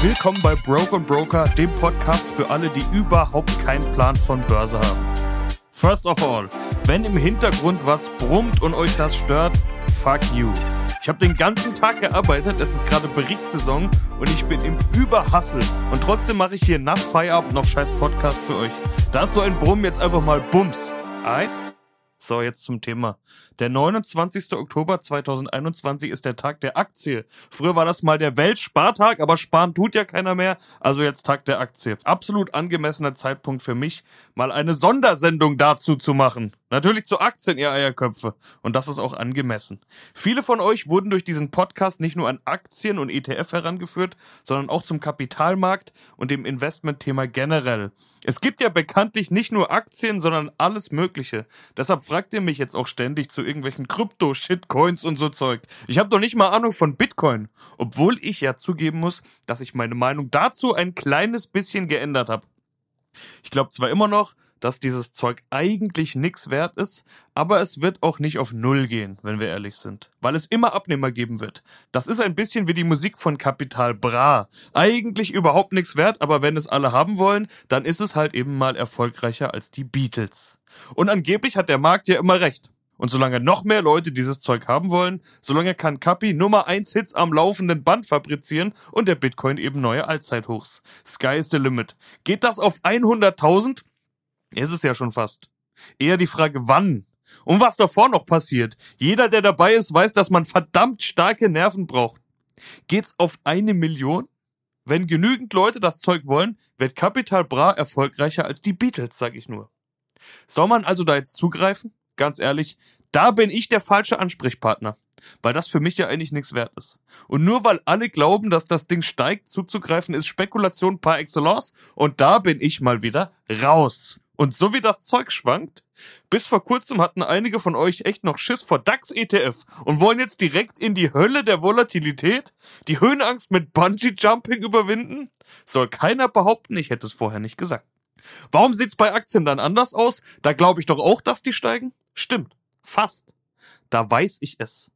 Willkommen bei Broke und Broker, dem Podcast für alle, die überhaupt keinen Plan von Börse haben. First of all, wenn im Hintergrund was brummt und euch das stört, fuck you. Ich habe den ganzen Tag gearbeitet, es ist gerade Berichtssaison und ich bin im Überhassel. Und trotzdem mache ich hier nach Feierabend noch scheiß Podcast für euch. Da ist so ein Brummen jetzt einfach mal Bums. Alright? So, jetzt zum Thema. Der 29. Oktober 2021 ist der Tag der Aktie. Früher war das mal der Weltspartag, aber sparen tut ja keiner mehr, also jetzt Tag der Aktie. Absolut angemessener Zeitpunkt für mich, mal eine Sondersendung dazu zu machen. Natürlich zu Aktien, ihr Eierköpfe. Und das ist auch angemessen. Viele von euch wurden durch diesen Podcast nicht nur an Aktien und ETF herangeführt, sondern auch zum Kapitalmarkt und dem Investmentthema generell. Es gibt ja bekanntlich nicht nur Aktien, sondern alles Mögliche. Deshalb fragt ihr mich jetzt auch ständig zu irgendwelchen Krypto-Shitcoins und so Zeug. Ich habe doch nicht mal Ahnung von Bitcoin. Obwohl ich ja zugeben muss, dass ich meine Meinung dazu ein kleines bisschen geändert habe. Ich glaube zwar immer noch, dass dieses Zeug eigentlich nix wert ist, aber es wird auch nicht auf Null gehen, wenn wir ehrlich sind. Weil es immer Abnehmer geben wird. Das ist ein bisschen wie die Musik von Capital Bra. Eigentlich überhaupt nix wert, aber wenn es alle haben wollen, dann ist es halt eben mal erfolgreicher als die Beatles. Und angeblich hat der Markt ja immer recht. Und solange noch mehr Leute dieses Zeug haben wollen, solange kann Capi Nummer 1 Hits am laufenden Band fabrizieren und der Bitcoin eben neue Allzeithochs. Sky is the limit. Geht das auf 100.000? Ist es ja schon fast. Eher die Frage, wann? Und was davor noch passiert. Jeder, der dabei ist, weiß, dass man verdammt starke Nerven braucht. Geht's auf 1 Million? Wenn genügend Leute das Zeug wollen, wird Capital Bra erfolgreicher als die Beatles, sag ich nur. Soll man also da jetzt zugreifen? Ganz ehrlich, da bin ich der falsche Ansprechpartner, weil das für mich ja eigentlich nichts wert ist. Und nur weil alle glauben, dass das Ding steigt, zuzugreifen ist Spekulation par excellence und da bin ich mal wieder raus. Und so wie das Zeug schwankt, bis vor kurzem hatten einige von euch echt noch Schiss vor DAX-ETF und wollen jetzt direkt in die Hölle der Volatilität, die Höhenangst mit Bungee-Jumping überwinden? Soll keiner behaupten, ich hätte es vorher nicht gesagt. Warum sieht's bei Aktien dann anders aus? Da glaube ich doch auch, dass die steigen? Stimmt, fast. Da weiß ich es.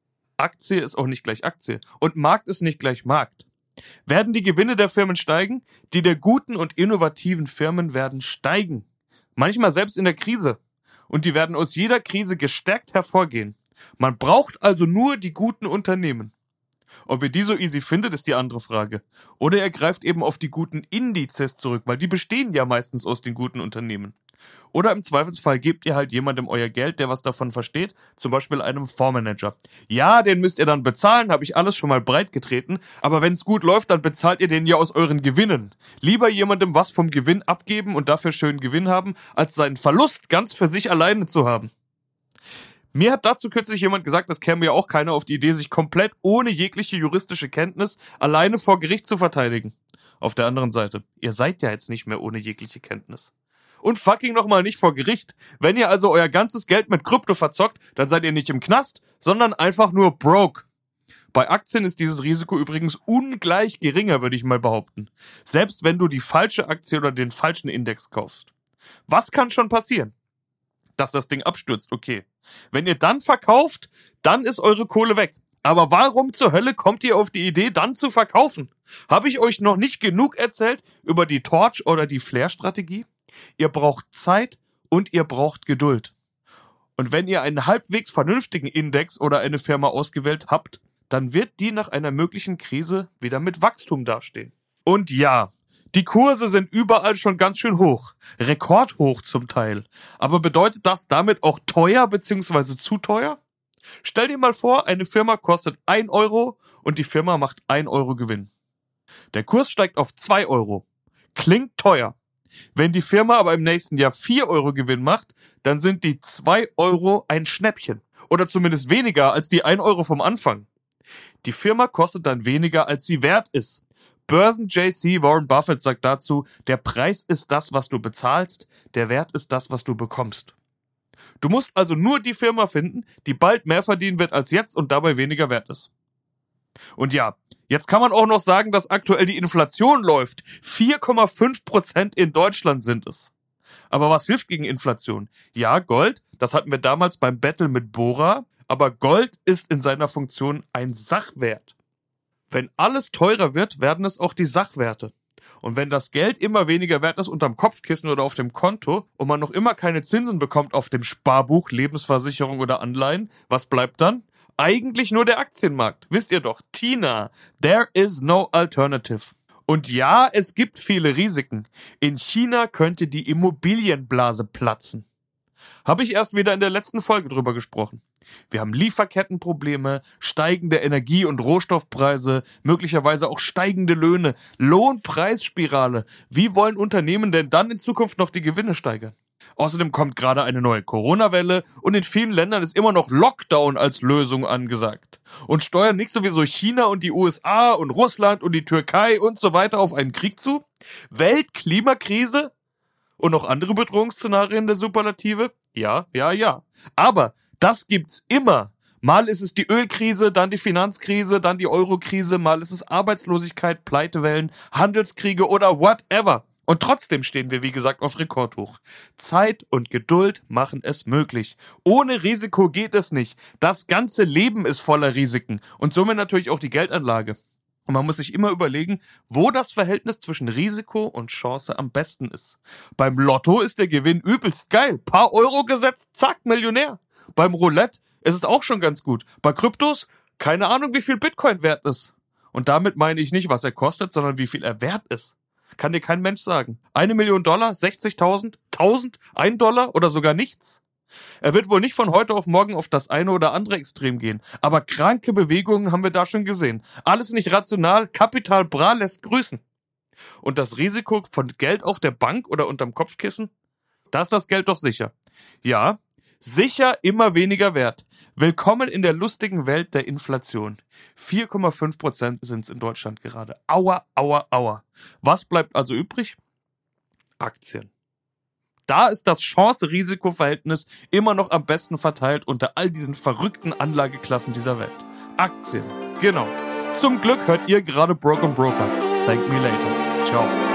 Aktie ist auch nicht gleich Aktie und Markt ist nicht gleich Markt. Werden die Gewinne der Firmen steigen? Die der guten und innovativen Firmen werden steigen. Manchmal selbst in der Krise. Und die werden aus jeder Krise gestärkt hervorgehen. Man braucht also nur die guten Unternehmen. Ob ihr die so easy findet, ist die andere Frage. Oder ihr greift eben auf die guten Indizes zurück, weil die bestehen ja meistens aus den guten Unternehmen. Oder im Zweifelsfall gebt ihr halt jemandem euer Geld, der was davon versteht, zum Beispiel einem Fondsmanager. Ja, den müsst ihr dann bezahlen, habe ich alles schon mal breit getreten, aber wenn es gut läuft, dann bezahlt ihr den ja aus euren Gewinnen. Lieber jemandem was vom Gewinn abgeben und dafür schönen Gewinn haben, als seinen Verlust ganz für sich alleine zu haben. Mir hat dazu kürzlich jemand gesagt, es käme ja auch keiner auf die Idee, sich komplett ohne jegliche juristische Kenntnis alleine vor Gericht zu verteidigen. Auf der anderen Seite, ihr seid ja jetzt nicht mehr ohne jegliche Kenntnis. Und fucking nochmal nicht vor Gericht. Wenn ihr also euer ganzes Geld mit Krypto verzockt, dann seid ihr nicht im Knast, sondern einfach nur broke. Bei Aktien ist dieses Risiko übrigens ungleich geringer, würde ich mal behaupten. Selbst wenn du die falsche Aktie oder den falschen Index kaufst. Was kann schon passieren? Dass das Ding abstürzt, okay. Wenn ihr dann verkauft, dann ist eure Kohle weg. Aber warum zur Hölle kommt ihr auf die Idee, dann zu verkaufen? Habe ich euch noch nicht genug erzählt über die Torch- oder die Flare-Strategie? Ihr braucht Zeit und ihr braucht Geduld. Und wenn ihr einen halbwegs vernünftigen Index oder eine Firma ausgewählt habt, dann wird die nach einer möglichen Krise wieder mit Wachstum dastehen. Und ja, die Kurse sind überall schon ganz schön hoch, rekordhoch zum Teil. Aber bedeutet das damit auch teuer bzw. zu teuer? Stell dir mal vor, eine Firma kostet 1 Euro und die Firma macht 1 Euro Gewinn. Der Kurs steigt auf 2 Euro. Klingt teuer. Wenn die Firma aber im nächsten Jahr 4 Euro Gewinn macht, dann sind die 2 Euro ein Schnäppchen. Oder zumindest weniger als die 1 Euro vom Anfang. Die Firma kostet dann weniger, als sie wert ist. Börsen-JC Warren Buffett sagt dazu, der Preis ist das, was du bezahlst, der Wert ist das, was du bekommst. Du musst also nur die Firma finden, die bald mehr verdienen wird als jetzt und dabei weniger wert ist. Und ja, jetzt kann man auch noch sagen, dass aktuell die Inflation läuft. 4,5% in Deutschland sind es. Aber was hilft gegen Inflation? Ja, Gold, das hatten wir damals beim Battle mit Bora, aber Gold ist in seiner Funktion ein Sachwert. Wenn alles teurer wird, werden es auch die Sachwerte. Und wenn das Geld immer weniger wert ist unterm Kopfkissen oder auf dem Konto und man noch immer keine Zinsen bekommt auf dem Sparbuch, Lebensversicherung oder Anleihen, was bleibt dann? Eigentlich nur der Aktienmarkt. Wisst ihr doch, Tina, there is no alternative. Und ja, es gibt viele Risiken. In China könnte die Immobilienblase platzen. Habe ich erst wieder in der letzten Folge drüber gesprochen. Wir haben Lieferkettenprobleme, steigende Energie- und Rohstoffpreise, möglicherweise auch steigende Löhne, Lohnpreisspirale. Wie wollen Unternehmen denn dann in Zukunft noch die Gewinne steigern? Außerdem kommt gerade eine neue Corona-Welle und in vielen Ländern ist immer noch Lockdown als Lösung angesagt. Und steuern nicht sowieso China und die USA und Russland und die Türkei und so weiter auf einen Krieg zu? Weltklimakrise? Und noch andere Bedrohungsszenarien der Superlative? Ja. Aber das gibt's immer. Mal ist es die Ölkrise, dann die Finanzkrise, dann die Eurokrise, mal ist es Arbeitslosigkeit, Pleitewellen, Handelskriege oder whatever. Und trotzdem stehen wir, wie gesagt, auf Rekordhoch. Zeit und Geduld machen es möglich. Ohne Risiko geht es nicht. Das ganze Leben ist voller Risiken und somit natürlich auch die Geldanlage. Und man muss sich immer überlegen, wo das Verhältnis zwischen Risiko und Chance am besten ist. Beim Lotto ist der Gewinn übelst geil. Paar Euro gesetzt, zack, Millionär. Beim Roulette ist es auch schon ganz gut. Bei Kryptos, keine Ahnung, wie viel Bitcoin wert ist. Und damit meine ich nicht, was er kostet, sondern wie viel er wert ist. Kann dir kein Mensch sagen. $1 Million, 60.000, 1.000, $1 oder sogar nichts. Er wird wohl nicht von heute auf morgen auf das eine oder andere Extrem gehen. Aber kranke Bewegungen haben wir da schon gesehen. Alles nicht rational, Kapital bra lässt grüßen. Und das Risiko von Geld auf der Bank oder unterm Kopfkissen? Da ist das Geld doch sicher. Ja, sicher immer weniger wert. Willkommen in der lustigen Welt der Inflation. 4,5% sind es in Deutschland gerade. Aua. Was bleibt also übrig? Aktien. Da ist das Chance-Risiko-Verhältnis immer noch am besten verteilt unter all diesen verrückten Anlageklassen dieser Welt. Aktien, genau. Zum Glück hört ihr gerade Broken Broker. Thank me later. Ciao.